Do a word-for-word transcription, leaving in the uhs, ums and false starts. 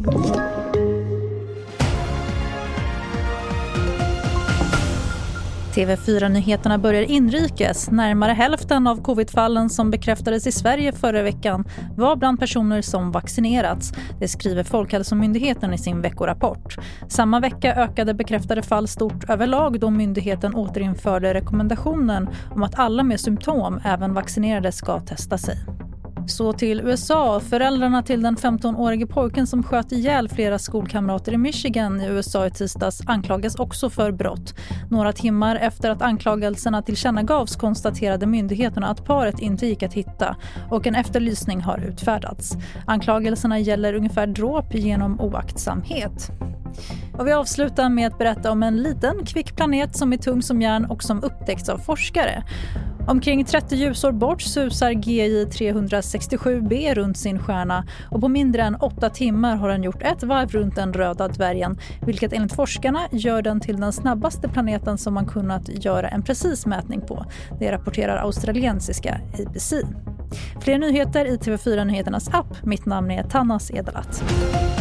T V fyra-nyheterna börjar inrikes. Närmare hälften av covidfallen som bekräftades i Sverige förra veckan var bland personer som vaccinerats. Det skriver Folkhälsomyndigheten i sin veckorapport. Samma vecka ökade bekräftade fall stort överlag då myndigheten återinförde rekommendationen om att alla med symptom, även vaccinerade, ska testa sig. Så till U S A. Föräldrarna till den femtonårige pojken som sköt ihjäl flera skolkamrater i Michigan i U S A i tisdags anklagas också för brott. Några timmar efter att anklagelserna tillkännagavs konstaterade myndigheterna att paret inte gick att hitta och en efterlysning har utfärdats. Anklagelserna gäller ungefär dråp genom oaktsamhet. Och vi avslutar med att berätta om en liten kvick planet som är tung som järn och som upptäckts av forskare. Omkring trettio ljusår bort susar G J tre sextiosju b runt sin stjärna och på mindre än åtta timmar har den gjort ett varv runt den röda dvärgen, vilket enligt forskarna gör den till den snabbaste planeten som man kunnat göra en precis mätning på. Det rapporterar australiensiska A B C. Fler nyheter i T V fyra-nyheternas app. Mitt namn är Tannas Edelat.